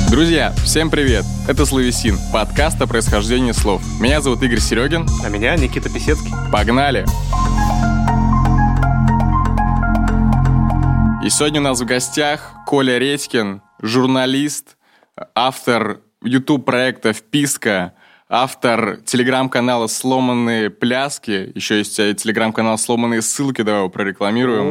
Друзья, всем привет! Это Словесин, подкаст о происхождении слов. Меня зовут Игорь Серегин. А меня Никита Писецкий. Погнали! И сегодня у нас в гостях Коля Редькин, журналист, автор YouTube-проекта «Вписка», автор телеграм-канала «Сломанные пляски». Еще есть телеграм-канал «Сломанные ссылки», давай его прорекламируем.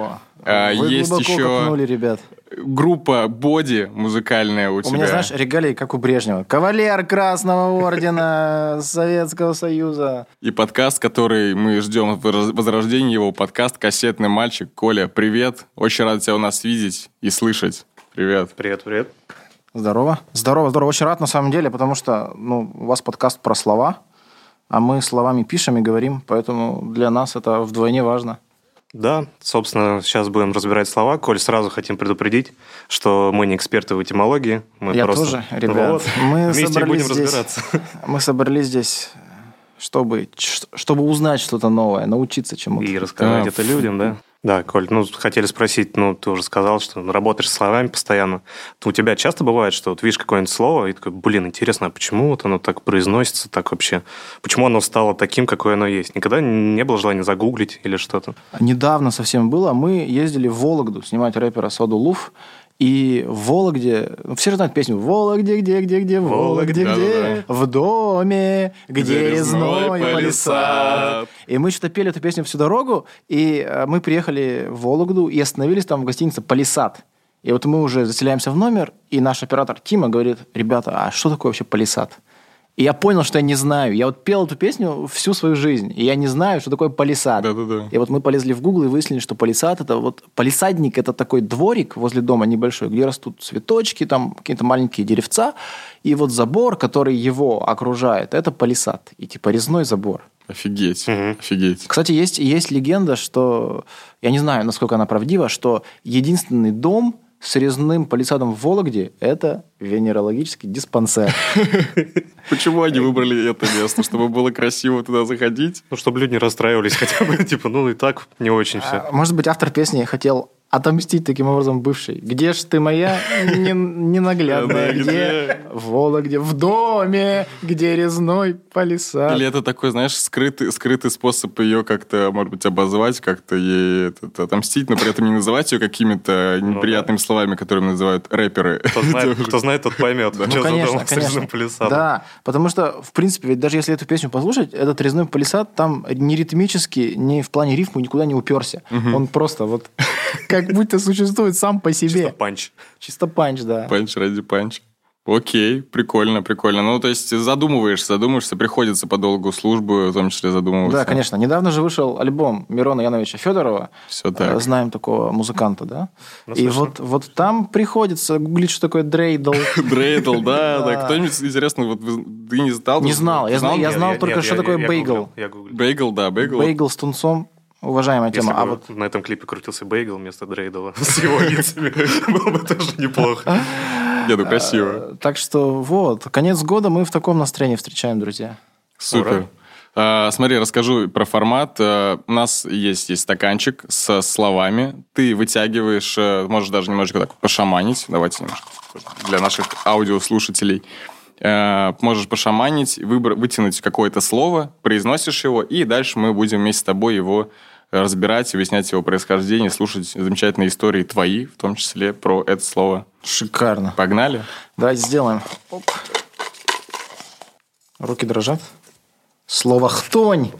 Вы есть глубоко еще копнули, ребят. группа «Боди» музыкальная у тебя. У меня, знаешь, регалии, как у Брежнева. Кавалер Красного Ордена Советского Союза. И подкаст, который мы ждем возрождения его, подкаст «Кассетный мальчик». Коля, привет. Очень рад тебя у нас видеть и слышать. Привет. Привет. Здорово. Очень рад, на самом деле, потому что у вас подкаст про слова, а мы словами пишем и говорим, поэтому для нас это вдвойне важно. Да, собственно, сейчас будем разбирать слова. Коль, сразу хотим предупредить, что мы не эксперты в этимологии. Я тоже, ребят. Мы вместе будем разбираться. Мы собрались здесь, чтобы узнать что-то новое, научиться чему-то. И рассказать это людям, да? Да, Коль, хотели спросить, ты уже сказал, что работаешь с словами постоянно. У тебя часто бывает, что видишь какое-нибудь слово и такой, интересно, а почему оно так произносится, так вообще? Почему оно стало таким, какое оно есть? Никогда не было желания загуглить или что-то? Недавно совсем было. Мы ездили в Вологду снимать рэпера Соду Луф. И в Вологде... Все же знают песню «Вологде, где, Вологде, где, в доме, где резной палисад». И мы что-то пели эту песню всю дорогу, и мы приехали в Вологду и остановились там в гостинице «Палисад». И вот мы уже заселяемся в номер, и наш оператор Тима говорит: «Ребята, а что такое вообще палисад?» И я понял, что я не знаю. Я пел эту песню всю свою жизнь, и я не знаю, что такое палисад. Да-да-да. И мы полезли в Google и выяснили, что палисад – это палисадник – это такой дворик возле дома небольшой, где растут цветочки, там какие-то маленькие деревца, и забор, который его окружает, это палисад, и резной забор. Офигеть, офигеть. Кстати, есть легенда, что, я не знаю, насколько она правдива, что единственный дом с резным палисадом в Вологде – это венерологический диспансер. Почему они выбрали это место? Чтобы было красиво туда заходить? Чтобы люди не расстраивались хотя бы, и так не очень все. Может быть, автор песни хотел отомстить таким образом бывшей. Где ж ты моя ненаглядная? Где? В Вологде, в доме, где резной палисад. Или это такой, знаешь, скрытый способ ее как-то, может быть, обозвать, как-то ей отомстить, но при этом не называть ее какими-то неприятными словами, которыми называют рэперы. Кто знает, тот поймет. Конечно. Да, потому что, в принципе, ведь даже если эту песню послушать, этот резной палисад там ни ритмически, ни в плане рифмы никуда не уперся. Он просто как будто существует сам по себе. Чисто панч, да. Панч ради панча. Окей, прикольно. То есть задумываешься, приходится по долгу службы, в том числе задумываться. Да, конечно. Недавно же вышел альбом Мирона Яновича Федорова. Все так. Знаем такого музыканта, да? И вот там приходится гуглить, что такое дрейдл. Дрейдл, да. Кто-нибудь, интересно, ты не знал? Не знал. Я знал только, что такое бейгл. Бейгл, да, бейгл. Бейгл с тунцом. Уважаемая тема. Если бы на этом клипе крутился бейгл вместо дрейдла с его лицами, было бы тоже неплохо. Красиво. Так что конец года мы в таком настроении встречаем, друзья. Супер. Смотри, расскажу про формат. У нас есть стаканчик со словами. Ты вытягиваешь, можешь даже немножечко так пошаманить. Давайте немножко для наших аудиослушателей. Можешь пошаманить, вытянуть какое-то слово, произносишь его, и дальше мы будем вместе с тобой его разбирать, выяснять его происхождение, слушать замечательные истории твои, в том числе про это слово. Шикарно. Погнали? Давайте сделаем. Оп. Руки дрожат. Слово «хтонь».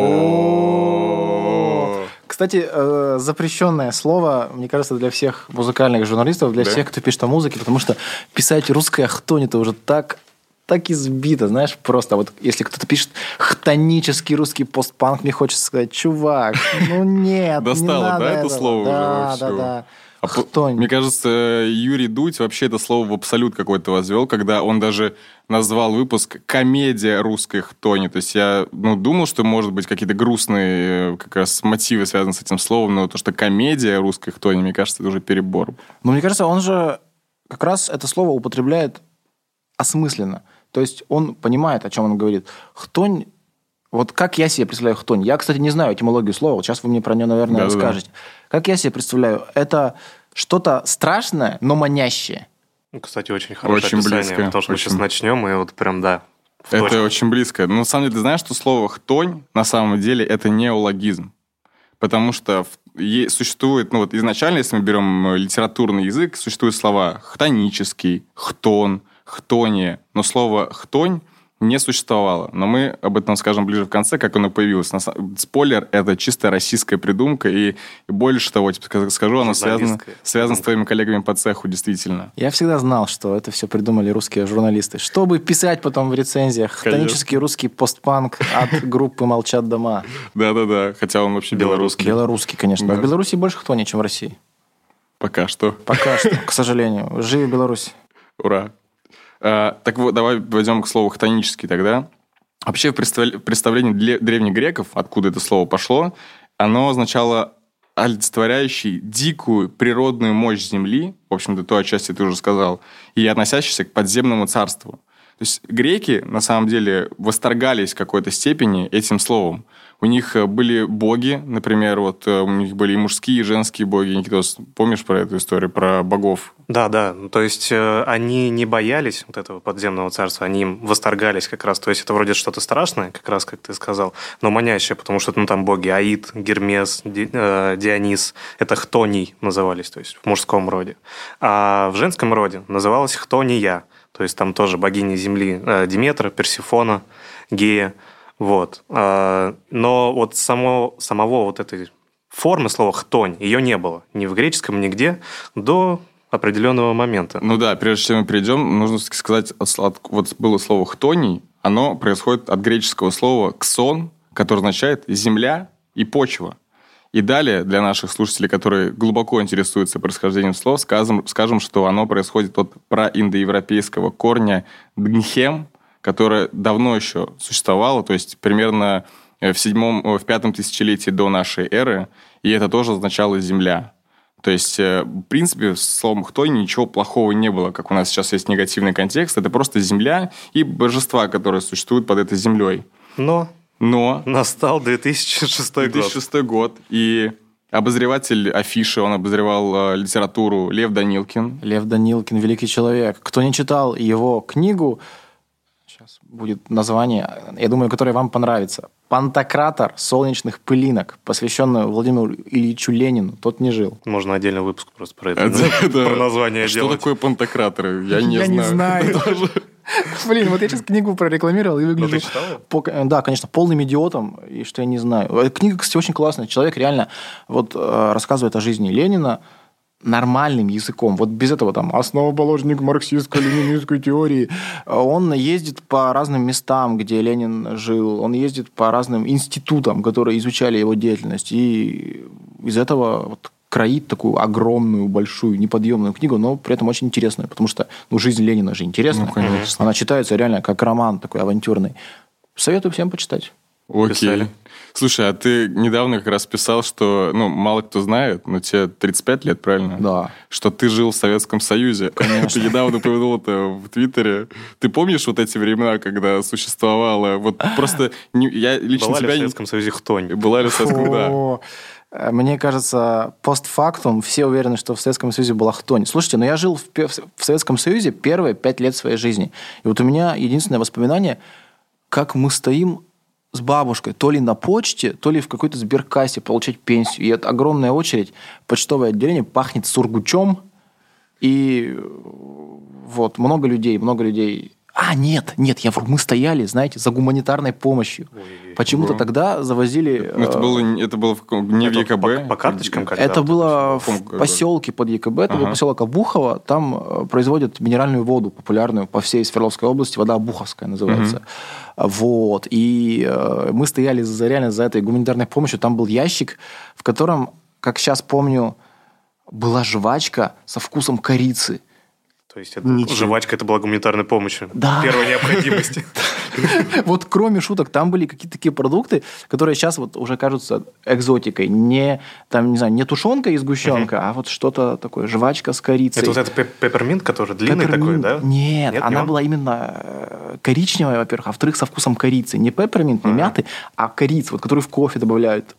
Кстати, запрещенное слово, мне кажется, для всех музыкальных журналистов, для всех, кто пишет о музыке, потому что писать русское «хтонь» – это уже так избито, знаешь, просто если кто-то пишет хтонический русский постпанк, мне хочется сказать: чувак, нет, достало, не надо да, этого. Это слово уже? Да. Хтонь. Мне кажется, Юрий Дудь вообще это слово в абсолют какой-то возвел, когда он даже назвал выпуск «Комедия русской хтони». То есть я думал, что, может быть, какие-то грустные как раз мотивы связаны с этим словом, но то, что комедия русской хтони, мне кажется, это уже перебор. Мне кажется, он же как раз это слово употребляет осмысленно. То есть он понимает, о чем он говорит. Хтонь, как я себе представляю хтонь. Я, кстати, не знаю этимологию слова. Сейчас вы мне про нее, наверное, расскажете. Как я себе представляю, это что-то страшное, но манящее. Кстати, очень хорошее Очень описание, близко, потому что мы очень. сейчас начнем, и вот прям, да, в Это точку. очень близко. Но на самом деле, ты знаешь, что слово «хтонь» на самом деле это неологизм. Потому что существует, ну вот изначально, если мы берем литературный язык, существуют слова «хтонический», «хтон», «хтония». Но слово «хтонь» не существовало. Но мы об этом скажем ближе в конце, как оно появилось. Спойлер, это чисто российская придумка, и больше того, тебе скажу, оно связано с твоими коллегами по цеху, действительно. Я всегда знал, что это все придумали русские журналисты, чтобы писать потом в рецензиях хтонический русский постпанк от группы «Молчат дома». Да-да-да, хотя он вообще белорусский. Белорусский, конечно. Да. В Беларуси больше хтони, чем в России. Пока что. Пока что, к сожалению. Живи Беларусь. Ура. Так вот, давай пойдем к слову «хтонический» тогда. Вообще, в представлении древних греков, откуда это слово пошло, оно означало олицетворяющий дикую природную мощь Земли, в общем-то, то отчасти ты уже сказал, и относящийся к подземному царству. То есть греки, на самом деле, восторгались в какой-то степени этим словом. У них были боги, например, вот у них были и мужские, и женские боги. Никитос, помнишь про эту историю, про богов? Да. То есть они не боялись вот этого подземного царства, они им восторгались как раз. То есть это вроде что-то страшное, как раз, как ты сказал, но манящее, потому что там боги Аид, Гермес, Дионис, это хтоний назывались, то есть в мужском роде. А в женском роде называлась хтония, то есть там тоже богини земли Диметра, Персифона, Гея. Вот. Но вот самого вот этой формы слова «хтонь» ее не было ни в греческом, нигде до определенного момента. Ну да, прежде чем мы перейдем, нужно сказать, вот было слово «хтоний», оно происходит от греческого слова «ксон», которое означает «земля» и «почва». И далее, для наших слушателей, которые глубоко интересуются происхождением слов, скажем, что оно происходит от праиндоевропейского корня «днхем», которое давно еще существовало, то есть примерно в пятом тысячелетии до нашей эры, и это тоже означало «земля». То есть, в принципе, с словом «хтонь» ничего плохого не было, как у нас сейчас есть негативный контекст, это просто земля и божества, которые существуют под этой землей. Но настал 2006 год, и обозреватель афиши, он обозревал литературу Лев Данилкин. Лев Данилкин, великий человек. Кто не читал его книгу, сейчас будет название, я думаю, которое вам понравится. «Пантократор солнечных пылинок», посвященную Владимиру Ильичу Ленину. Тот не жил. можно отдельный выпуск просто про это, про название Что делать. такое пантократор? Я не знаю. Блин, вот я сейчас книгу прорекламировал и выгляжу... ты читал? Да, конечно, полным идиотом, и что я не знаю. Книга, кстати, очень классная. Человек реально вот рассказывает о жизни Ленина нормальным языком. Вот без этого там основоположник марксистско-ленинистской теории. Он ездит по разным местам, где Ленин жил. Он ездит по разным институтам, которые изучали его деятельность. И из этого вот кроит такую огромную, большую, неподъемную книгу, но при этом очень интересную, потому что жизнь Ленина же интересная. Она читается реально как роман такой авантюрный. Советую всем почитать. Окей. Писали. Слушай, а ты недавно как раз писал, что, мало кто знает, но тебе 35 лет, правильно? Да. Что ты жил в Советском Союзе. Ты недавно упомянул это в Твиттере. Ты помнишь вот эти времена, когда существовало... Вот просто я лично Была ли в тебя... Советском Союзе хтонь? Была ли в Советском... Да. Мне кажется, постфактум все уверены, что в Советском Союзе была хтонь. Слушайте, я жил в Советском Союзе первые 5 лет своей жизни. И вот у меня единственное воспоминание, как мы стоим с бабушкой то ли на почте, то ли в какой-то сберкассе получать пенсию. И это огромная очередь, почтовое отделение, пахнет сургучом. И вот много людей. Нет, мы стояли, знаете, за гуманитарной помощью. Почему-то тогда завозили... Это было не в ЕКБ? По карточкам когда? Это было в поселке под ЕКБ, это был поселок Обухово. Там производят минеральную воду популярную по всей Свердловской области, вода Обуховская называется. Вот. И мы стояли реально за этой гуманитарной помощью. Там был ящик, в котором, как сейчас помню, была жвачка со вкусом корицы. То есть жвачка это была гуманитарной помощью. Да. Первой необходимости. Вот кроме шуток, там были какие-то такие продукты, которые сейчас вот уже кажутся экзотикой. Не тушенка и сгущенка, а вот что-то такое, жвачка с корицей. Это вот этот пепперминт, который длинный такой, да? Нет, она была именно коричневая, во-первых, а во-вторых, со вкусом корицы. Не пепперминт, не мяты, а корица, вот, которую в кофе добавляют.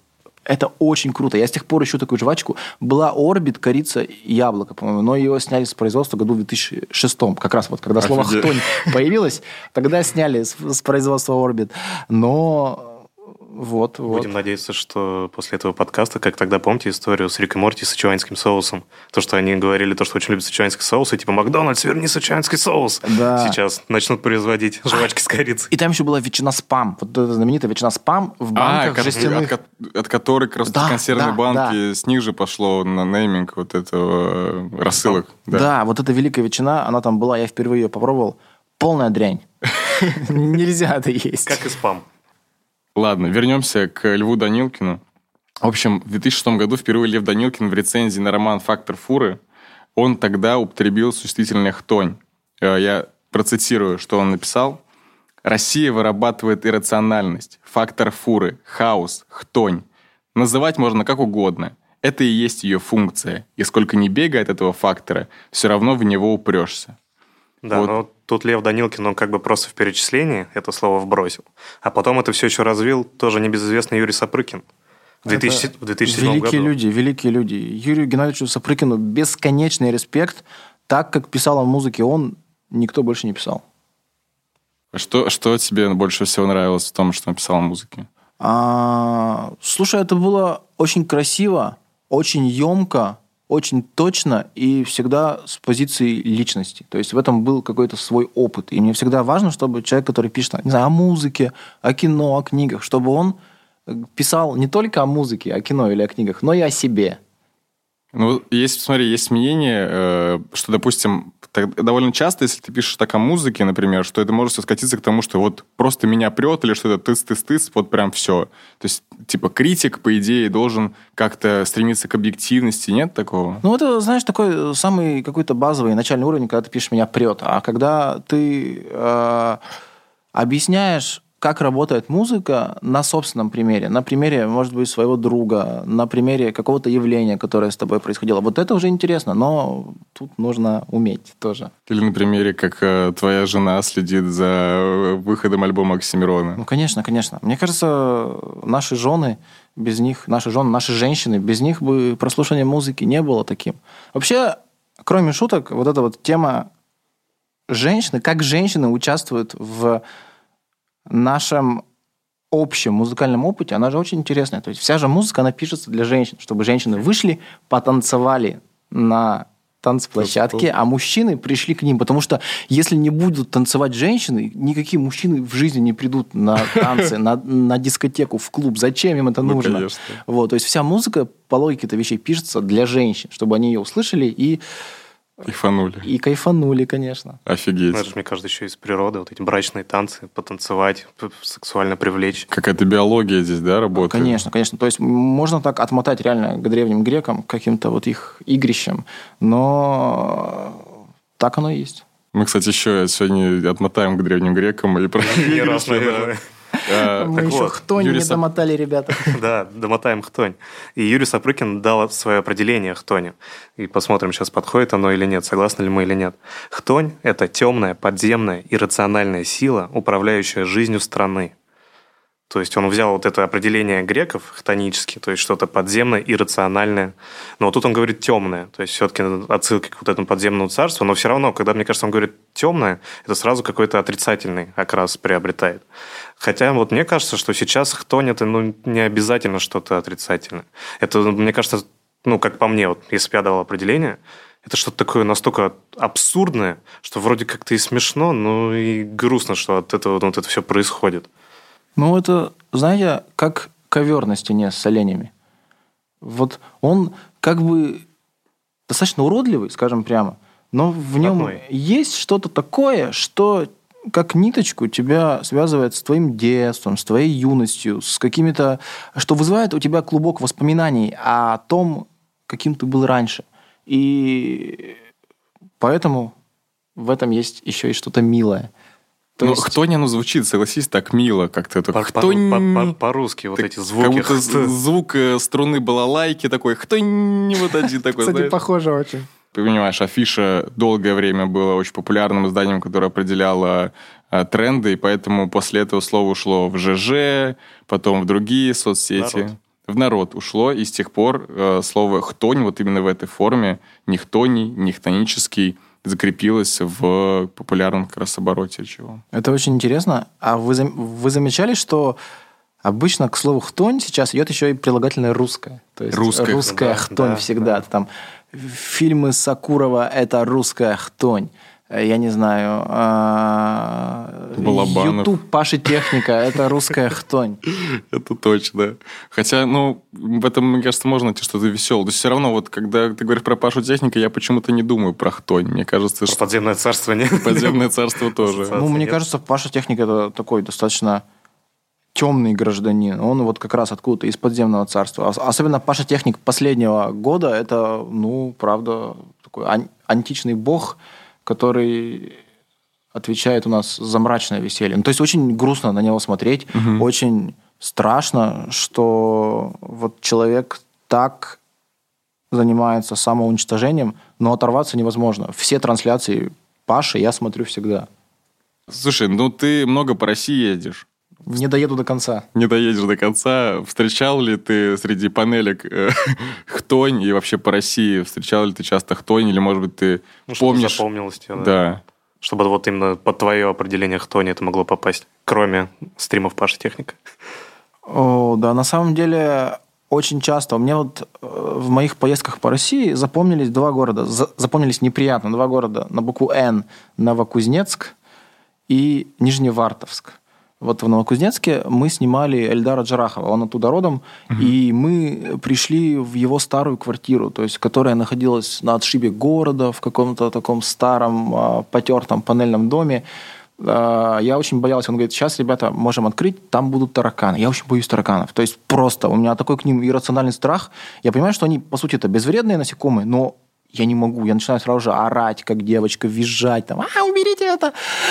Это очень круто. Я с тех пор ищу такую жвачку. Была Орбит, корица и яблоко, по-моему, но ее сняли с производства году в 2006. Как раз вот, когда слово «хтонь» появилось, тогда сняли с производства Орбит. Но... Вот. Будем надеяться, что после этого подкаста, как тогда, помните историю с Рик и Морти с сычуанским соусом? То, что они говорили, то, что очень любят сычуанский соус, и типа «Макдональдс, верни сычуанский соус!» Да. Сейчас начнут производить жвачки с корицей. И там еще была ветчина «Спам». Вот эта знаменитая ветчина «Спам» в банках жестяных. От которой как раз консервные банки, с них же пошло на нейминг вот этого рассылок. Да, вот эта великая ветчина, она там была, я впервые ее попробовал. Полная дрянь. Нельзя это есть. Как и «Спам». Ладно, вернемся к Льву Данилкину. В общем, в 2006 году впервые Лев Данилкин в рецензии на роман «Фактор фуры», он тогда употребил существительное «хтонь». Я процитирую, что он написал. «Россия вырабатывает иррациональность, фактор фуры, хаос, хтонь. Называть можно как угодно. Это и есть ее функция. И сколько ни бегай от этого фактора, все равно в него упрешься». Да, вот. Но тут Лев Данилкин, он как бы просто в перечислении это слово вбросил. А потом это все еще развил тоже небезызвестный Юрий Сапрыкин в 2007 году. Великие люди. Юрию Геннадьевичу Сапрыкину бесконечный респект. Так, как писал о музыке он, никто больше не писал. Что тебе больше всего нравилось в том, что он писал о музыке? Слушай, это было очень красиво, очень емко, очень точно и всегда с позиции личности. То есть в этом был какой-то свой опыт. И мне всегда важно, чтобы человек, который пишет, не знаю, о музыке, о кино, о книгах, чтобы он писал не только о музыке, о кино или о книгах, но и о себе. Ну, есть мнение, что, допустим, довольно часто, если ты пишешь так о музыке, например, что это может все скатиться к тому, что вот просто меня прет, или что-то тыс-тыс-тыс, вот прям все. То есть, типа, критик, по идее, должен как-то стремиться к объективности, нет такого? Ну, это, знаешь, такой самый какой-то базовый начальный уровень, когда ты пишешь «меня прет». А когда ты объясняешь, как работает музыка на собственном примере, на примере, может быть, своего друга, на примере какого-то явления, которое с тобой происходило. Вот это уже интересно, но тут нужно уметь тоже. Или на примере, как твоя жена следит за выходом альбома Оксимирона. Ну, конечно, конечно. Мне кажется, наши женщины, без них бы прослушивание музыки не было таким. Вообще, кроме шуток, вот эта вот тема женщины, как женщины участвуют в нашем общем музыкальном опыте, она же очень интересная. То есть вся же музыка, она пишется для женщин, чтобы женщины вышли, потанцевали на танцплощадке, а мужчины пришли к ним. Потому что если не будут танцевать женщины, никакие мужчины в жизни не придут на танцы, на дискотеку, в клуб. Зачем им это нужно? Конечно. Вот, то есть вся музыка по логике этой вещей пишется для женщин, чтобы они ее услышали и кайфанули. И кайфанули, конечно. Офигеть. Ну, это же, мне кажется, еще из природы. Вот эти брачные танцы, потанцевать, сексуально привлечь. Какая-то биология здесь, да, работает? Конечно, конечно. То есть можно так отмотать реально к древним грекам, к каким-то вот их игрищам, но так оно и есть. Мы, кстати, еще сегодня отмотаем к древним грекам и про Не раз, наверное. Мы еще хтонь не домотали, ребята. Да, домотаем хтонь. И Юрий Сапрыкин дал свое определение хтони. И посмотрим, сейчас подходит оно или нет, согласны ли мы или нет. Хтонь – это темная, подземная, иррациональная сила, управляющая жизнью страны. То есть он взял вот это определение греков, хтонически, то есть что-то подземное, иррациональное. Но вот тут он говорит темное, то есть все-таки отсылки к вот этому подземному царству. Но все равно, когда, мне кажется, он говорит темное, это сразу какой-то отрицательный окрас приобретает. Хотя вот мне кажется, что сейчас хтонь – это не обязательно что-то отрицательное. Это, мне кажется, как по мне, вот, если бы я давал определение, это что-то такое настолько абсурдное, что вроде как-то и смешно, но и грустно, что от этого вот это все происходит. Ну, это, знаете, как ковер на стене с оленями. Вот он как бы достаточно уродливый, скажем прямо, но в нем есть что-то такое, что как ниточку тебя связывает с твоим детством, с твоей юностью, с какими-то... что вызывает у тебя клубок воспоминаний о том, каким ты был раньше. И поэтому в этом есть еще и что-то милое. Ну, хтонь, оно звучит, согласись, так мило как-то. По-русски вот эти звуки. Как будто звук струны балалайки такой, хтонь, вот один такой. Кстати, похоже очень. Ты понимаешь, Афиша долгое время было очень популярным изданием, которое определяло тренды, и поэтому после этого слово ушло в ЖЖ, потом в другие соцсети. в народ ушло, и с тех пор слово «хтонь» вот именно в этой форме, не хтоний, не хтонический, закрепилось в популярном как раз обороте чего. Это очень интересно. А вы замечали, что обычно к слову «хтонь» сейчас идет еще и прилагательное «русское». То есть русская хтонь всегда. Да. Там фильмы Сакурова – это русская хтонь. Я не знаю. Ютуб Паши Техника – это русская хтонь. Это точно. Хотя, в этом, мне кажется, можно найти что-то веселое. То есть все равно, вот когда ты говоришь про Пашу Техника, я почему-то не думаю про хтонь. Мне кажется, что... Подземное царство нет. Подземное царство тоже. Мне кажется, Паша Техника – это такой достаточно темный гражданин. Он вот как раз откуда-то из подземного царства. Особенно Паша Техник последнего года – это, правда, такой античный бог, который отвечает у нас за мрачное веселье. То есть очень грустно на него смотреть, очень страшно, что вот человек так занимается самоуничтожением, но оторваться невозможно. Все трансляции Паши я смотрю всегда. Слушай, ты много по России едешь. Не доеду до конца. Не доедешь до конца. Встречал ли ты среди панелек хтонь и вообще по России? Встречал ли ты часто хтонь? Или, может быть, ты помнишь... Чтобы запомнилось тебе, да. Чтобы вот именно под твое определение хтони это могло попасть, кроме стримов Паши Техника. Да, на самом деле очень часто. У меня вот в моих поездках по России запомнились два города. Запомнились неприятно. Два города на букву «Н». Новокузнецк и Нижневартовск. Вот в Новокузнецке мы снимали Эльдара Джарахова, он оттуда родом, и мы пришли в его старую квартиру, то есть, которая находилась на отшибе города, в каком-то таком старом потертом панельном доме. Я очень боялся, он говорит, сейчас, ребята, можем открыть, там будут тараканы. Я очень боюсь тараканов, то есть просто у меня такой к ним иррациональный страх. Я понимаю, что они, по сути, это безвредные насекомые, но я не могу, я начинаю сразу же орать, как девочка, визжать, там, уберите это.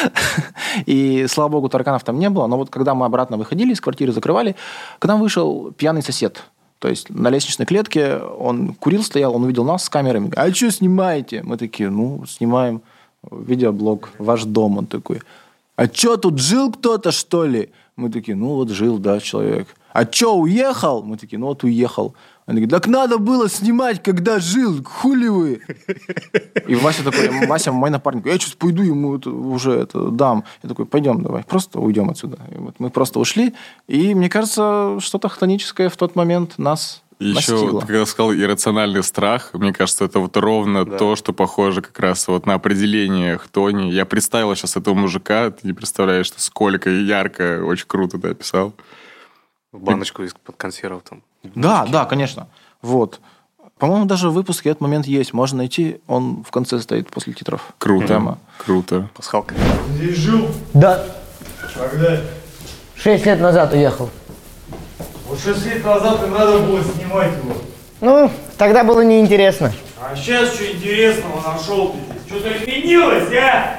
И, слава богу, тараканов там не было, но вот когда мы обратно выходили из квартиры, закрывали, к нам вышел пьяный сосед. То есть на лестничной клетке он курил, стоял, он увидел нас с камерами, а что снимаете? Мы такие, снимаем видеоблог, ваш дом. Он такой, а что, тут жил кто-то, что ли? Мы такие, жил, да, человек. А что, уехал? Мы такие, уехал. Он говорит, так надо было снимать, когда жил, хули вы? И Вася, мой напарник, я сейчас пойду ему уже дам. Я такой, пойдем, давай, просто уйдем отсюда. И вот мы просто ушли, и мне кажется, что-то хтоническое в тот момент нас настигло. Ты когда сказал иррациональный страх, мне кажется, это вот ровно то, что похоже как раз вот на определение хтони. Я представил сейчас этого мужика, ты не представляешь, сколько ярко, очень круто ты описал. В баночку из-под консервов там. Да, конечно. Вот. По-моему, даже в выпуске этот момент есть. Можно найти, он в конце стоит после титров. Круто. Круто. Пасхалка. Здесь жил? Да. Когда? 6 лет назад уехал. Вот 6 лет назад и надо было снимать его. Тогда было неинтересно. А сейчас что интересного нашел ты здесь? Что-то изменилось, а?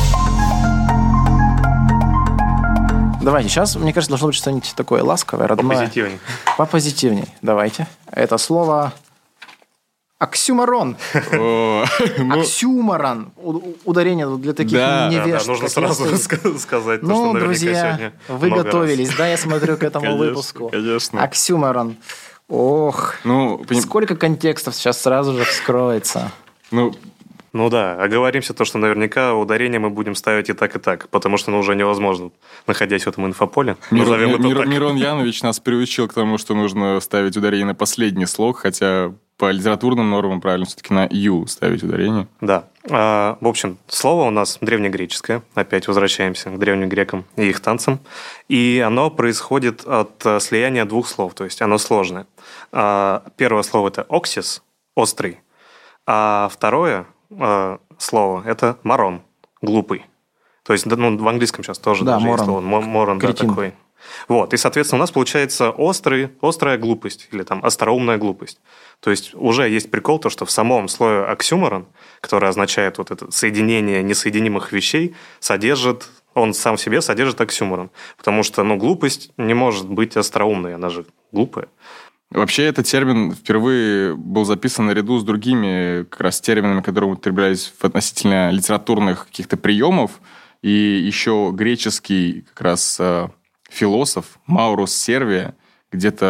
Давайте, сейчас, мне кажется, должно быть что-нибудь такое ласковое, родное. Попозитивней. Попозитивней. Давайте. Это слово оксюморон. Оксюморон. Ударение для таких невежд. Да, нужно сразу сказать, что наверняка друзья, сегодня вы готовились, да, я смотрю к этому выпуску. Конечно. Оксюморон. Ох, сколько контекстов сейчас сразу же вскроется. Оговоримся то, что наверняка ударение мы будем ставить и так, потому что уже невозможно, находясь в этом инфополе. Мирон Янович нас приучил к тому, что нужно ставить ударение на последний слог, хотя по литературным нормам правильно все-таки на «ю» ставить ударение. Да. В общем, слово у нас древнегреческое. Опять возвращаемся к древним грекам и их танцам. И оно происходит от слияния двух слов, то есть оно сложное. Первое слово – это «оксис» – «острый», а второе слово – это «морон» – «глупый». То есть в английском сейчас тоже даже есть слово «морон», да, такой. Вот, и, соответственно, у нас получается острая глупость или там остроумная глупость. То есть уже есть прикол, то, что в самом слое оксюморон, который означает вот это соединение несоединимых вещей, он сам в себе содержит оксюморон. Потому что, глупость не может быть остроумной, она же глупая. Вообще, этот термин впервые был записан наряду с другими как раз терминами, которые употреблялись относительно литературных каких-то приемов. И еще греческий как раз философ Маурус Сервия где-то в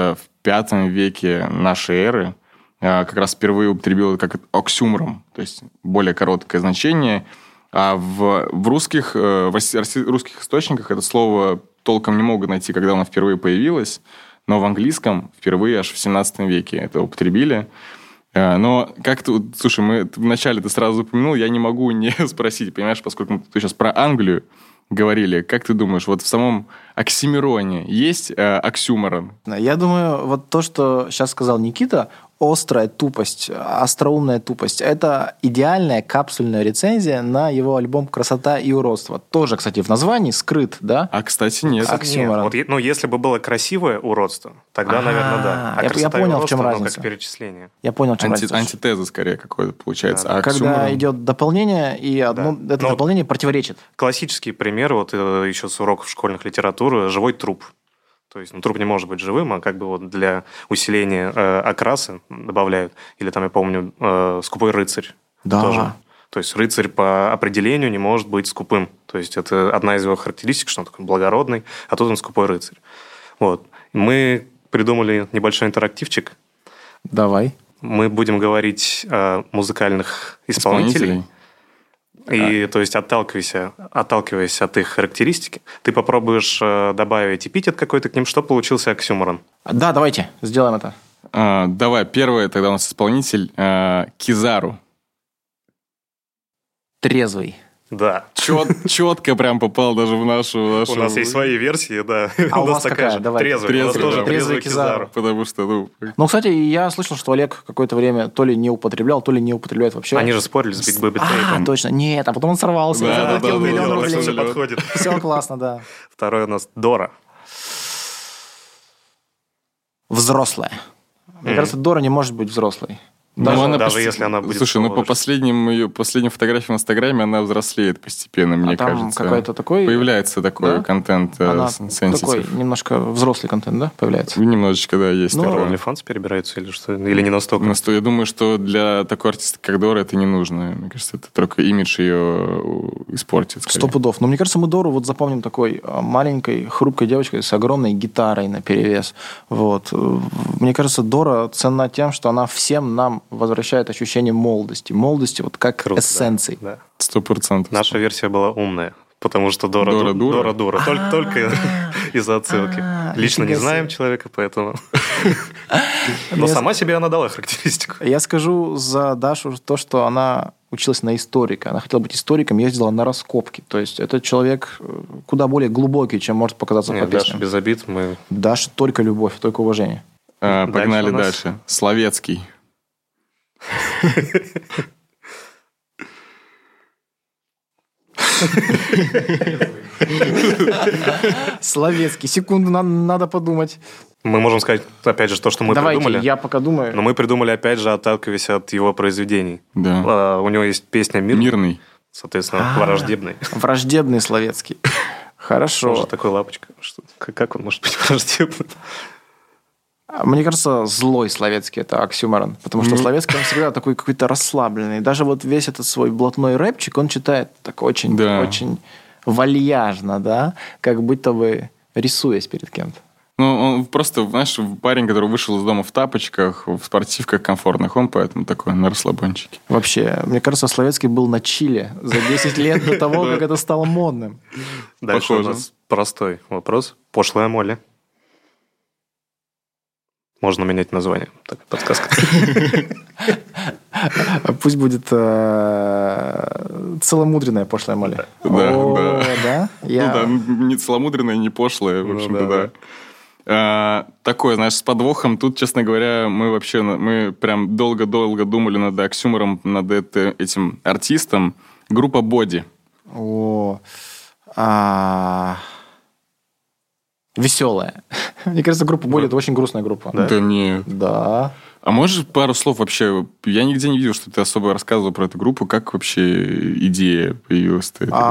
V веке нашей эры как раз впервые употребил это как оксюмором, то есть более короткое значение. А в русских источниках это слово толком не могут найти, когда оно впервые появилось, но в английском впервые аж в 17 веке это употребили. Но как-то, слушай, вначале ты сразу упомянул, я не могу не спросить, понимаешь, поскольку ты сейчас про Англию говорили, как ты думаешь, вот в самом оксимироне есть оксюморон? Я думаю, вот то, что сейчас сказал Никита, острая тупость, остроумная тупость, это идеальная капсульная рецензия на его альбом «Красота и уродство». Тоже, кстати, в названии скрыт, да? А, кстати, нет. Оксюморон. Вот, ну, если бы было красивое уродство, тогда, наверное, да. А я понял, в чем разница. Как перечисление. Я понял, в чем разница. Антитеза, скорее, какое-то получается. Да. А когда идет дополнение, и это дополнение противоречит. Классический пример, вот еще с уроков школьных литературы, живой труп. То есть труп не может быть живым, а как бы вот для усиления окраса добавляют. Или там, я помню, скупой рыцарь. Да. Тоже. То есть рыцарь по определению не может быть скупым. То есть это одна из его характеристик, что он такой благородный, а тут он скупой рыцарь. Вот. Мы придумали небольшой интерактивчик. Давай. Мы будем говорить о музыкальных исполнителей. И, то есть, отталкиваясь от их характеристики, ты попробуешь добавить эпитет какой-то к ним, что получился оксюморон. Да, давайте, сделаем это. Давай, первый тогда у нас исполнитель Кизару. Трезвый. Да. Четко прям попал даже в нашу... У нас есть свои версии, да. А у вас какая? Давай. Трезвый. У нас тоже трезвый Кизару. Потому что, Ну, кстати, я слышал, что Олег какое-то время то ли не употреблял, то ли не употребляет вообще. Они же спорили с Биг Бэби Тейпом. Точно. Нет, а потом он сорвался. Заплатил $1 000 000 рублей. Все подходит. Все классно, да. Второй у нас Дора. Взрослая. Мне кажется, Дора не может быть взрослой. Даже если она будет... Слушай, по последним фотографиям в Инстаграме она взрослеет постепенно, мне там кажется. Какой-то такой... Появляется такой контент сенситив. Такой немножко взрослый контент, да, появляется? Немножечко, да, есть. OnlyFans перебирается или что? Или не настолько? Я думаю, что для такой артиста, как Дора, это не нужно. Мне кажется, это только имидж ее испортит. 100%. Но мне кажется, мы Дору вот запомним такой маленькой, хрупкой девочкой с огромной гитарой наперевес. Вот. Мне кажется, Дора ценна тем, что она всем нам возвращает ощущение молодости. Молодости вот как эссенции. Да. 100%. Наша версия была умная, потому что Дора. Только из-за отсылки. Лично не знаем человека, поэтому... Но сама себе она дала характеристику. Я скажу за Дашу то, что она училась на историка. Она хотела быть историком, ездила на раскопки. То есть это человек куда более глубокий, чем может показаться по песням. Даша без обид. Даша только любовь, только уважение. Погнали дальше. Словецкий. Словецкий. Секунду, надо подумать. Мы можем сказать, опять же, то, что мы придумали. Давайте, я пока думаю. Но мы придумали, опять же, отталкиваясь от его произведений. Да. У него есть песня «Мирный». Соответственно, враждебный. Враждебный Словецкий. Хорошо. Он же такой лапочка. Как он может быть враждебным? Мне кажется, злой Словецкий – это оксюморон. Потому что Словецкий, он всегда такой какой-то расслабленный. Даже вот весь этот свой блатной рэпчик, он читает так очень вальяжно, да? Как будто бы рисуясь перед кем-то. Он просто, знаешь, парень, который вышел из дома в тапочках, в спортивках комфортных, он поэтому такой на расслабончике. Вообще, мне кажется, Словецкий был на чиле за 10 лет до того, как это стало модным. Дальше у нас простой вопрос. Пошлая Молли. Можно менять название. Так, подсказка. Пусть будет целомудренная пошлая Молли. Да? Не целомудренная, не пошлая, в общем-то, да. Такое, знаешь, с подвохом. Тут, честно говоря, мы прям долго-долго думали над оксюмором, над этим артистом. Группа Боди. Веселая. Мне кажется, группа Боди – это очень грустная группа. Да нет. Да. А можешь пару слов вообще? Я нигде не видел, что ты особо рассказывал про эту группу. Как вообще идея появилась?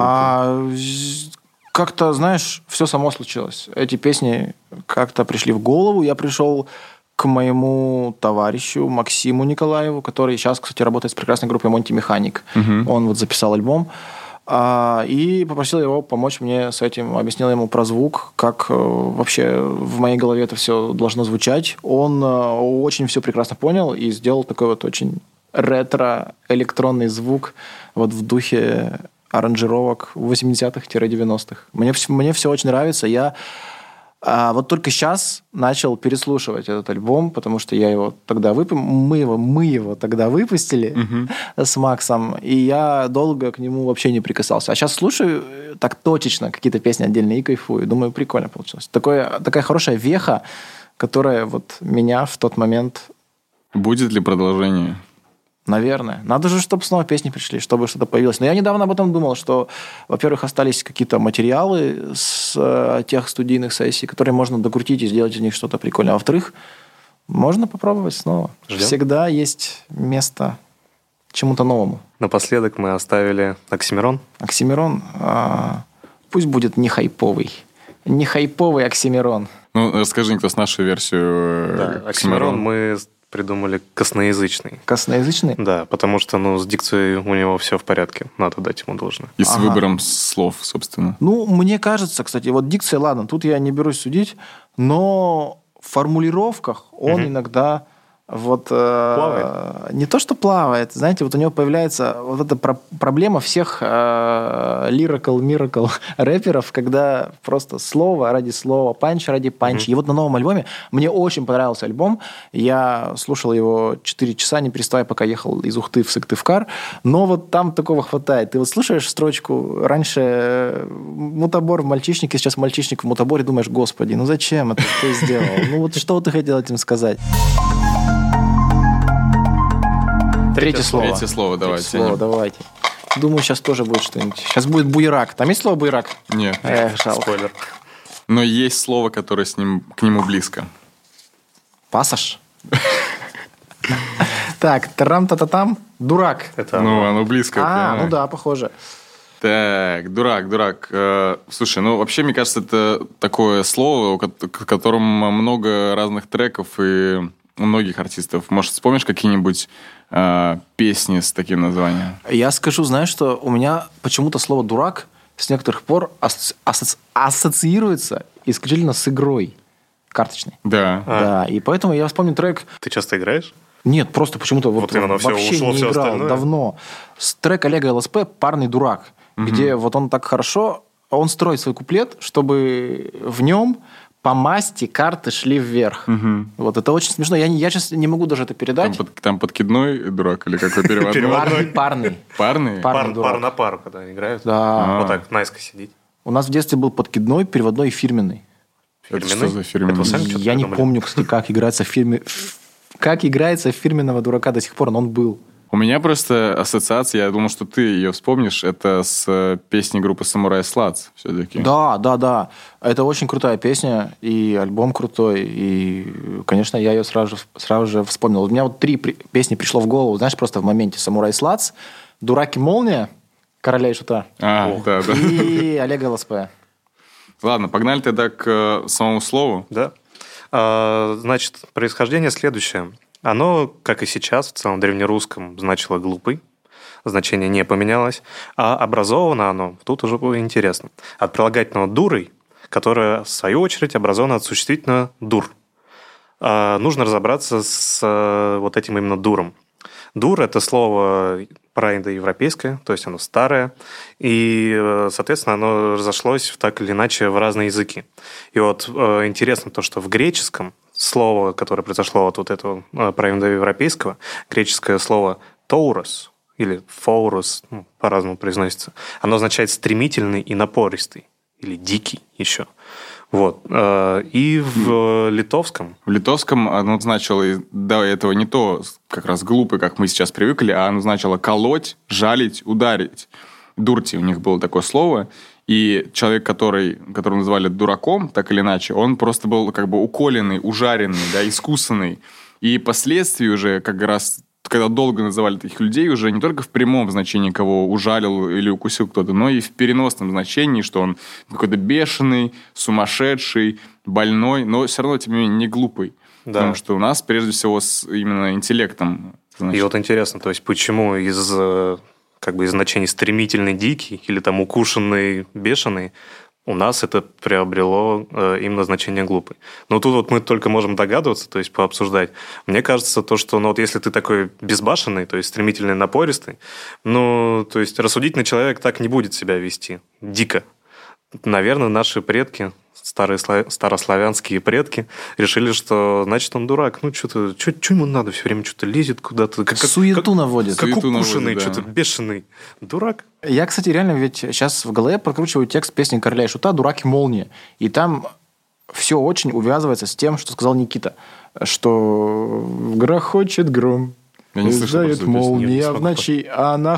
Как-то, знаешь, все само случилось. Эти песни как-то пришли в голову. Я пришел к моему товарищу Максиму Николаеву, который сейчас, кстати, работает с прекрасной группой Монти Механик. Он вот записал альбом. И попросил его помочь мне с этим. Объяснил ему про звук, как вообще в моей голове это все должно звучать. Он очень все прекрасно понял и сделал такой вот очень ретро-электронный звук вот в духе аранжировок 80-х-90-х. Мне все очень нравится. Я вот только сейчас начал переслушивать этот альбом, потому что я его тогда мы его тогда выпустили с Максом, и я долго к нему вообще не прикасался. А сейчас слушаю так точечно какие-то песни отдельные и кайфую. Думаю, прикольно получилось. Такая хорошая веха, которая вот меня в тот момент... Будет ли продолжение? Наверное. Надо же, чтобы снова песни пришли, чтобы что-то появилось. Но я недавно об этом думал, что, во-первых, остались какие-то материалы с тех студийных сессий, которые можно докрутить и сделать из них что-то прикольное. А во-вторых, можно попробовать снова. Ждем. Всегда есть место чему-то новому. Напоследок мы оставили Оксимирон. Оксимирон пусть будет не хайповый. Не хайповый Оксимирон. Ну, расскажи, никто с нашей версию Да, Оксимирон мы придумали косноязычный. Косноязычный? Да, потому что, с дикцией у него все в порядке. Надо дать ему должное. И с выбором слов, собственно. Ну, мне кажется, кстати, вот дикция, ладно, тут я не берусь судить, но в формулировках он иногда вот... Плавает. Не то, что плавает, знаете, вот у него появляется вот эта проблема всех lyrical рэперов, когда просто слово ради слова, панч ради панча. И вот на новом альбоме мне очень понравился альбом. Я слушал его 4 часа, не переставая, пока ехал из Ухты в Сыктывкар. Но вот там такого хватает. Ты вот слушаешь строчку раньше мутабор в мальчишнике, сейчас мальчишник в мутаборе, думаешь, господи, ну зачем это ты сделал? Ну вот что ты хотел этим сказать? Третье слово. Третье слово, давайте. Третье слово, давайте. Думаю, сейчас тоже будет что-нибудь. Сейчас будет буерак. Там есть слово буерак? Нет. Жалко. Спойлер. Но есть слово, которое к нему близко. Пассаж? Так, тарам-та-та-там, дурак. Это Оно близко. Ну да, похоже. Так, дурак. Слушай, вообще, мне кажется, это такое слово, к которому много разных треков и у многих артистов. Может, вспомнишь какие-нибудь песни с таким названием? Я скажу, знаешь, что у меня почему-то слово «дурак» с некоторых пор ассоциируется исключительно с игрой карточной. Да. Да, и поэтому я вспомню трек... Ты часто играешь? Нет, просто почему-то вот именно все вообще ушло, не все играл остальное? давно. Трек Олега ЛСП «Парный дурак», где вот он так хорошо... Он строит свой куплет, чтобы в нем по масти карты шли вверх. Вот это очень смешно. Я сейчас не могу даже это передать. Там подкидной дурак или какой переводной? Парный. Парный? Пар на пару, когда играют. Да. Вот так, наискось сидеть. У нас в детстве был подкидной, переводной и фирменный. Это что за фирменный? Это вы сами что-то Я не придумали? помню, кстати, как играется фирменного дурака до сих пор, но он был. У меня просто ассоциация, я думал, что ты ее вспомнишь, это с песней группы Samurai Slats все-таки. Да. Это очень крутая песня, и альбом крутой, и, конечно, я ее сразу же вспомнил. У меня вот 3 песни пришло в голову, знаешь, просто в моменте. Samurai Slats, Дурак и молния, Короля и Шута. Да. И Олега ЛСП. Ладно, погнали тогда к самому слову. Да. Значит, происхождение следующее. Оно, как и сейчас, в целом древнерусском, значило «глупый». Значение не поменялось. А образовано оно, тут уже было интересно, от прилагательного «дурой», которое, в свою очередь, образовано от существительного «дур». Нужно разобраться с вот этим именно «дуром». «Дур» — это слово проиндоевропейское, то есть оно старое, и, соответственно, оно разошлось так или иначе в разные языки. И вот интересно то, что в греческом слово, которое произошло от вот этого проиндоевропейского, греческое слово «таурос» или «фаурос», по-разному произносится, оно означает «стремительный и напористый», или «дикий» еще. Вот. И в литовском... В литовском оно значило до этого не то, как раз глупый, как мы сейчас привыкли, а оно значило колоть, жалить, ударить. Дурти у них было такое слово. И человек, которого называли дураком, так или иначе, он просто был как бы уколенный, ужаренный, да, искусанный. И впоследствии уже как раз, когда долго называли таких людей, уже не только в прямом значении, кого ужалил или укусил кто-то, но и в переносном значении, что он какой-то бешеный, сумасшедший, больной, но все равно, тем не менее, не глупый. Да. Потому что у нас, прежде всего, с именно интеллектом. И вот интересно, то есть почему из как бы из значений стремительный, дикий или там укушенный, бешеный, у нас это приобрело именно значение глупый. Но тут вот мы только можем догадываться, то есть пообсуждать. Мне кажется, то, что ну, вот если ты такой безбашенный, то есть стремительный, напористый, ну, то есть рассудительный человек так не будет себя вести. Дико. Наверное, наши предки, старославянские предки, решили, что, значит, он дурак. Ну, что ему надо? Все время что-то лезет куда-то. Суету наводит. Как Суету укушенный, наводит, да. что-то бешеный. Дурак. Я, кстати, реально ведь сейчас в голове прокручиваю текст песни «Короля и Шута» «Дурак и молния». И там все очень увязывается с тем, что сказал Никита. Что грохочет гром, Я не слышал издает просто эту песню. Я не молния смогу в ночи, а на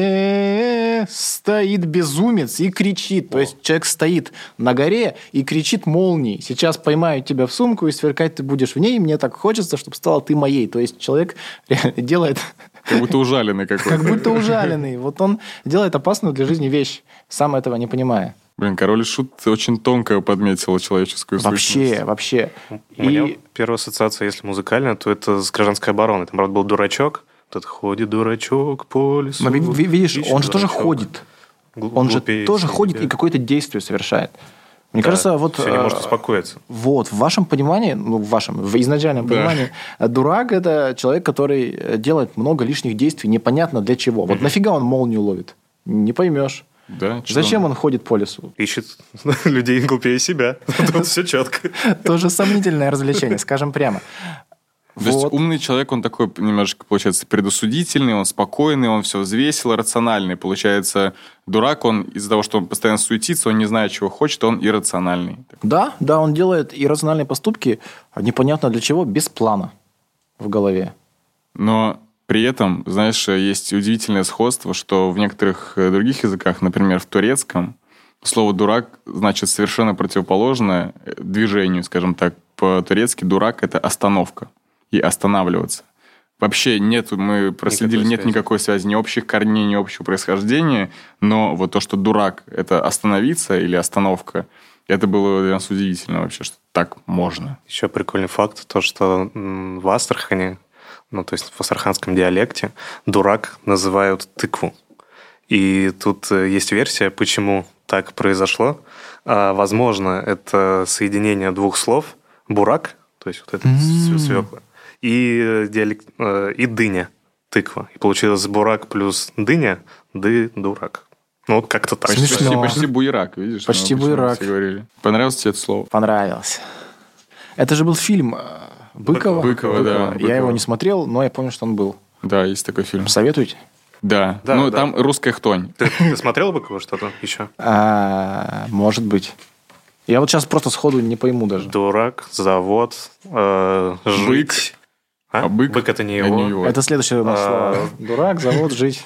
холме стоит безумец и кричит. То есть человек стоит на горе и кричит молнией. Сейчас поймаю тебя в сумку, и сверкать ты будешь в ней. Мне так хочется, чтобы стала ты моей. То есть человек делает... Как будто ужаленный какой-то. Как будто ужаленный. Вот он делает опасную для жизни вещь, сам этого не понимая. Блин, Король и Шут очень тонко подметил человеческую сущность. Вообще. У меня первая ассоциация, если музыкальная, то это с «Гражданской обороной». Там, правда, был дурачок. Тут ходит дурачок по лесу. Но видишь, ищет он же тоже дурачок. ходит. Он же Глупее тоже себя. ходит и какое-то действие совершает. Мне кажется, вот... Все не может успокоиться. Вот, в вашем понимании, в изначальном понимании, дурак – это человек, который делает много лишних действий, непонятно для чего. Вот нафига он молнию ловит? Не поймешь. Да, что Зачем он ходит по лесу? Ищет людей глупее себя. Тут все четко. Тоже сомнительное развлечение, скажем прямо. То есть умный человек, он такой немножко, получается, предосудительный, он спокойный, он все взвесил, рациональный. Получается, дурак, он из-за того, что он постоянно суетится, он не знает, чего хочет, он иррациональный. Да, он делает иррациональные поступки, непонятно для чего, без плана в голове. Но при этом, знаешь, есть удивительное сходство, что в некоторых других языках, например, в турецком, слово «дурак» значит совершенно противоположное движению, скажем так. По-турецки «дурак» — это остановка и останавливаться. Вообще мы проследили, нет никакой связи, ни общих корней, ни общего происхождения, но вот то, что «дурак» — это остановиться или остановка, это было для нас удивительно вообще, что так можно. Еще прикольный факт, то, что в Астрахани, ну, то есть в астраханском диалекте, дурак называют тыкву. И тут есть версия, почему так произошло. Возможно, это соединение двух слов «бурак», то есть вот это свекла, и дыня, тыква. И получилось бурак плюс дыня, дурак. Ну, вот как-то так. Почти буерак, видишь? Почти буерак. Понравилось тебе это слово? Понравилось. Это же был фильм Быкова. Быкова, да. Я Быкова. его не смотрел, но я помню, что он был. Да, есть такой фильм. Советуете? Да. Да, Ну, да. там русская хтонь. Ты смотрел Быкова что-то еще? Может быть. Я вот сейчас просто сходу не пойму даже. Дурак, завод, жить. А бык это не его. Это следующее у нас слово. Дурак, завод, жить.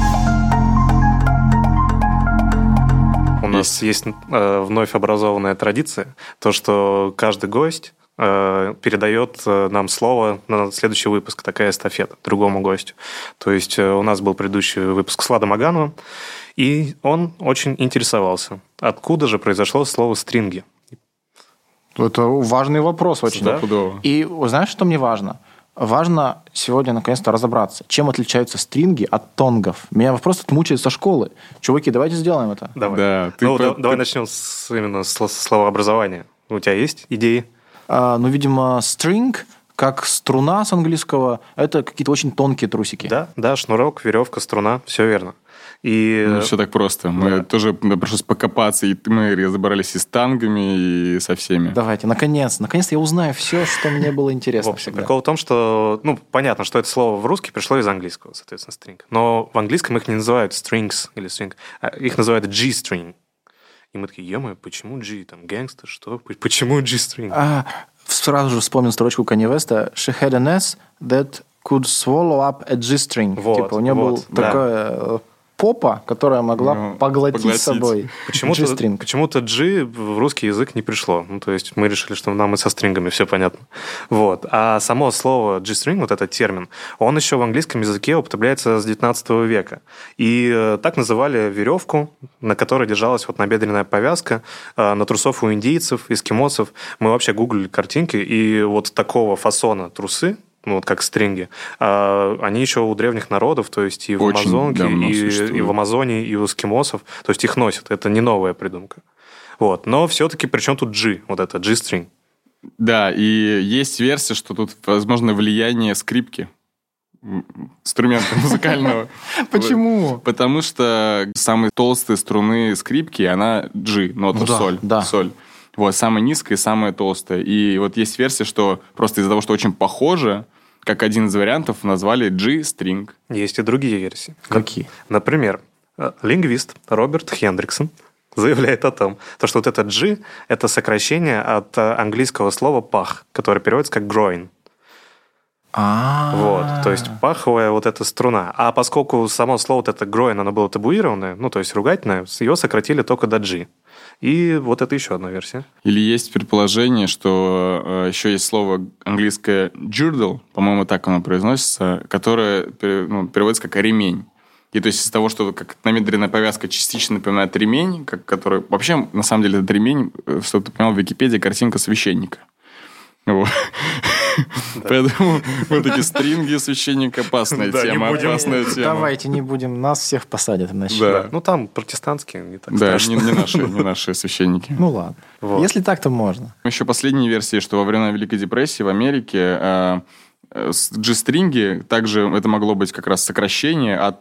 У нас есть вновь образованная традиция, то, что каждый гость передает нам слово на следующий выпуск, такая эстафета другому гостю. То есть у нас был предыдущий выпуск с Владом Агановым, и он очень интересовался, откуда же произошло слово «стринги». Это важный вопрос очень. Да. И знаешь, что мне важно? Важно сегодня наконец-то разобраться, чем отличаются стринги от тонгов. Меня просто это мучает со школы. Чуваки, давайте сделаем это. Давай. Да, Давай начнем именно с словообразования. У тебя есть идеи? Видимо, string, как струна с английского, это какие-то очень тонкие трусики. Да, шнурок, веревка, струна, все верно. И все так просто. Мы тоже пришлось покопаться, и мы разобрались и с тангами, и со всеми. Давайте, наконец-то я узнаю все, что мне было интересно. В общем, прикол в том, что, понятно, что это слово в русский пришло из английского, соответственно, string. Но в английском их не называют strings или string, а их называют G-string. И мы такие, ё-моё, почему G? Там гэнгстер, что? Почему G-string? Сразу же вспомнил строчку Kanye West'а. She had an ass that could swallow up a G-string. Вот, типа у нее был такой... попа, которая могла поглотить собой G-string. Почему-то G в русский язык не пришло. То есть мы решили, что нам и со стрингами все понятно. Вот. А само слово G-string, вот этот термин, он еще в английском языке употребляется с 19 века. И так называли веревку, на которой держалась вот набедренная повязка на трусов у индейцев, эскимосов. Мы вообще гуглили картинки, и вот такого фасона трусы, ну, вот как стринги, они еще у древних народов, то есть и в Амазонке, и в Амазонии, и у эскимосов, то есть их носят. Это не новая придумка. Вот. Но все-таки при чем тут G? Вот это G-string. Да, и есть версия, что тут, возможно, влияние скрипки, инструмента музыкального. Почему? Потому что самые толстые струны скрипки, она G, нота соль. Соль. Вот, самая низкая и самая толстая. И вот есть версия, что просто из-за того, что очень похоже, как один из вариантов назвали G-string. Есть и другие версии. Какие? Например, лингвист Роберт Хендриксон заявляет о том, что вот это G – это сокращение от английского слова «пах», которое переводится как «groin». Вот, то есть паховая вот эта струна. А поскольку само слово вот это «groin», оно было табуированное, ну, то есть ругательное, его сократили только до G. И вот это еще одна версия. Или есть предположение, что еще есть слово английское «girdle», по-моему, так оно произносится, которое переводится как «ремень». И то есть из-за того, что как намедренная повязка частично напоминает ремень, который... Вообще, на самом деле, этот ремень, чтобы ты понимал, в Википедии картинка священника. Вот. Поэтому вот эти стринги священника опасная тема. Давайте не будем, нас всех посадят иначе. Да. Ну, там протестантские, не так Да, страшно. не наши священники. Ну, ладно. Если так, то можно. Еще последние версии, что во времена Великой депрессии в Америке G-стринги, также это могло быть как раз сокращение от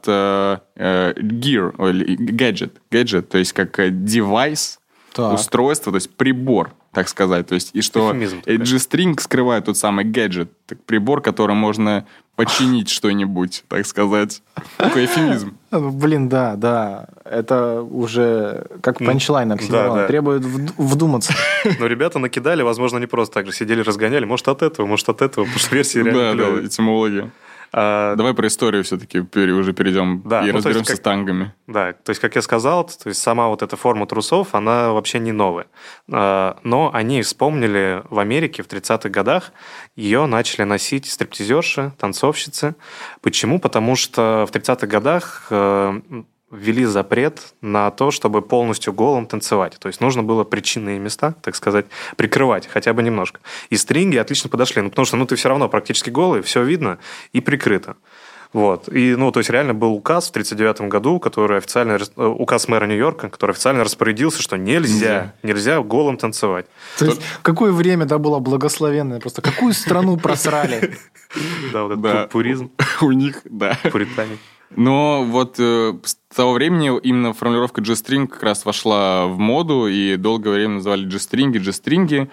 gear, gadget, то есть как девайс, устройство, то есть прибор, так сказать. То есть, и что G-string скрывает тот самый gadget, прибор, которым можно починить что-нибудь, так сказать. Такой эвфемизм. Блин, да. Это уже как панчлайн оксимирона. Требует вдуматься. Но ребята накидали, возможно, не просто так же сидели, разгоняли. Может, от этого, потому что версии реально... Да, этимология. Давай про историю все-таки уже перейдем и разберемся с тангами. Да, то есть, как я сказал, то есть сама вот эта форма трусов, она вообще не новая. Но они вспомнили в Америке в 30-х годах, ее начали носить стриптизерши, танцовщицы. Почему? Потому что в 30-х годах ввели запрет на то, чтобы полностью голым танцевать. То есть нужно было причинные места, так сказать, прикрывать хотя бы немножко. И стринги отлично подошли, потому что ты все равно практически голый, все видно и прикрыто. Вот. И, то есть реально был указ в 1939 году, который официально, указ мэра Нью-Йорка, который официально распорядился, что нельзя голым танцевать. То есть какое время, было благословенное, просто какую страну просрали. Да, вот этот пуризм. У них, да. Пуритане. Но вот с того времени именно формулировка G-string как раз вошла в моду, и долгое время называли G-strinги.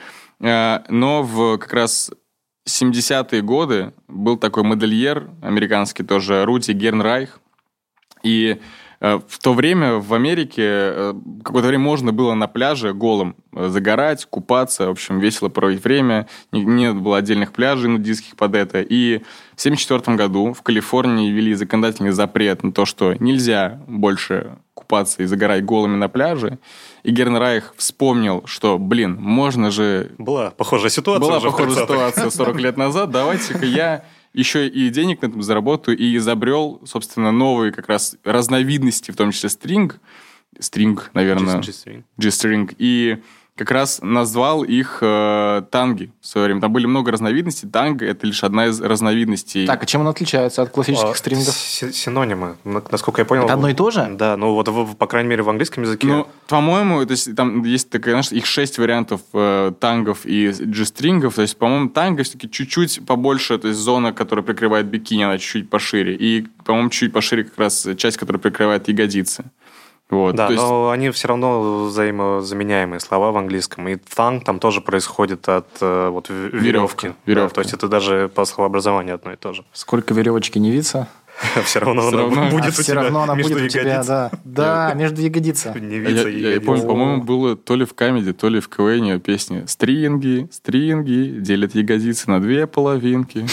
Но как раз 70-е годы был такой модельер американский тоже, Руди Гернрайх. И в то время в Америке какое-то время можно было на пляже голым загорать, купаться, в общем, весело проводить время. Не было отдельных пляжей нудистских под это. И в 1974 году в Калифорнии ввели законодательный запрет на то, что нельзя больше купаться и загорать голыми на пляже. И Гернрайх вспомнил, что, можно же... Была похожая ситуация 40 лет назад. Давайте-ка я еще и денег на этом заработаю и изобрел, собственно, новые как раз разновидности, в том числе стринг, наверное, G-string, и как раз назвал их танги в свое время. Там были много разновидностей. Танго — это лишь одна из разновидностей. Так, а чем он отличается от классических стрингов? Синонимы. Насколько я понял... Это одно и то же? Да, по крайней мере, в английском языке. По-моему, там есть такая, их 6 вариантов тангов и G-стрингов. То есть, по-моему, танго все-таки чуть-чуть побольше, то есть зона, которая прикрывает бикини, она чуть-чуть пошире. И, по-моему, чуть пошире как раз часть, которая прикрывает ягодицы. Вот, да, но они все равно взаимозаменяемые слова в английском. И танг там тоже происходит от веревки. Да, то есть это даже по словообразованию одно и то же. Сколько веревочки не виться, все равно она будет у тебя. Да, между ягодиц. Я помню, по-моему, было то ли в комедии, то ли в КВН песня «Стринги делят ягодицы на 2 половинки».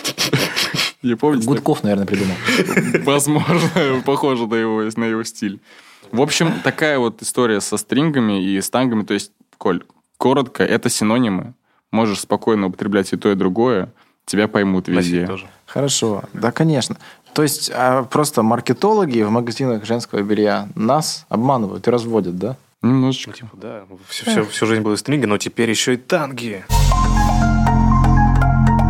Гудков, наверное, придумал. Возможно, похоже на его стиль. В общем, такая вот история со стрингами и с тангами. То есть, Коль, коротко, это синонимы. Можешь спокойно употреблять и то, и другое. Тебя поймут везде. Хорошо, да, конечно. То есть, просто маркетологи в магазинах женского белья нас обманывают и разводят, да? Немножечко. Да, всю жизнь были стринги, но теперь еще и танги.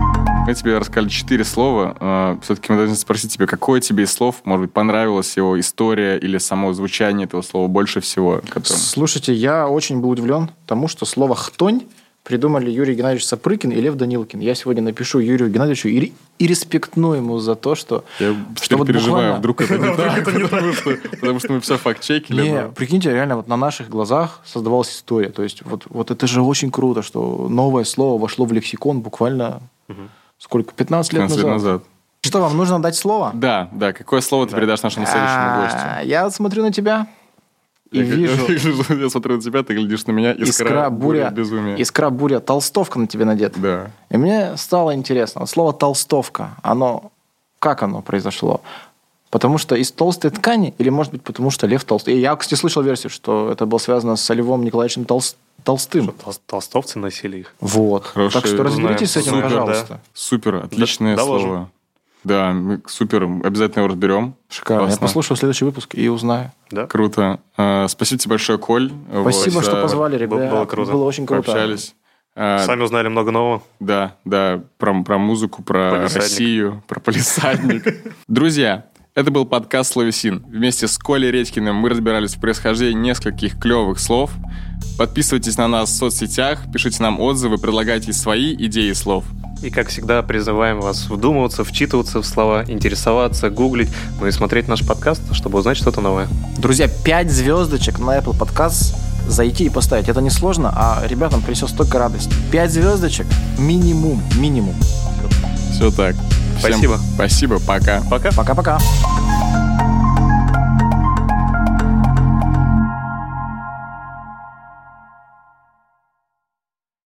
Мы тебе рассказали 4 слова. Все-таки мы должны спросить тебя, какое тебе из слов, может быть, понравилась его история или само звучание этого слова больше всего? Слушайте, я очень был удивлен тому, что слово «хтонь» придумали Юрий Геннадьевич Сапрыкин и Лев Данилкин. Я сегодня напишу Юрию Геннадьевичу и респектну ему за то, что... Я теперь вот переживаю, вдруг это не так, потому что мы все факт-чекили. Не, прикиньте, реально вот на наших глазах создавалась история. То есть вот это же очень круто, что новое слово вошло в лексикон буквально сколько? 15 лет назад. Что, вам нужно дать слово? Да. Какое слово ты передашь нашему следующему гостю? Я смотрю на тебя и вижу... Я смотрю на тебя, ты глядишь на меня. Искра, буря, безумие. Искра, буря, толстовка на тебе надета. Да. И мне стало интересно. Слово «толстовка», как оно произошло? Потому что из толстой ткани? Или, может быть, потому что Лев Толстой? Я, кстати, слышал версию, что это было связано с Львом Николаевичем Толстым. Толстовцы носили их. Вот. Хорошее, так что разберитесь с этим, супер, пожалуйста. Да. Супер, отличное слово. Да, мы супер, обязательно его разберем. Шикарно. Я послушаю следующий выпуск и узнаю. Да? Круто. Спасибо тебе большое, Коль. Спасибо, что позвали, ребят. Было круто. Было очень круто. Пообщались. Сами узнали много нового. Да, про музыку, про Россию, про палисадник. Друзья, это был подкаст «Словесин». Вместе с Колей Редькиным мы разбирались в происхождении нескольких клевых слов. Подписывайтесь на нас в соцсетях, пишите нам отзывы, предлагайте свои идеи слов. И, как всегда, призываем вас вдумываться, вчитываться в слова, интересоваться, гуглить, и смотреть наш подкаст, чтобы узнать что-то новое. Друзья, 5 звездочек на Apple Podcast зайти и поставить. Это несложно, а ребятам принесет столько радости. 5 звездочек минимум. Все так. Спасибо. Спасибо, пока. Пока. Пока-пока.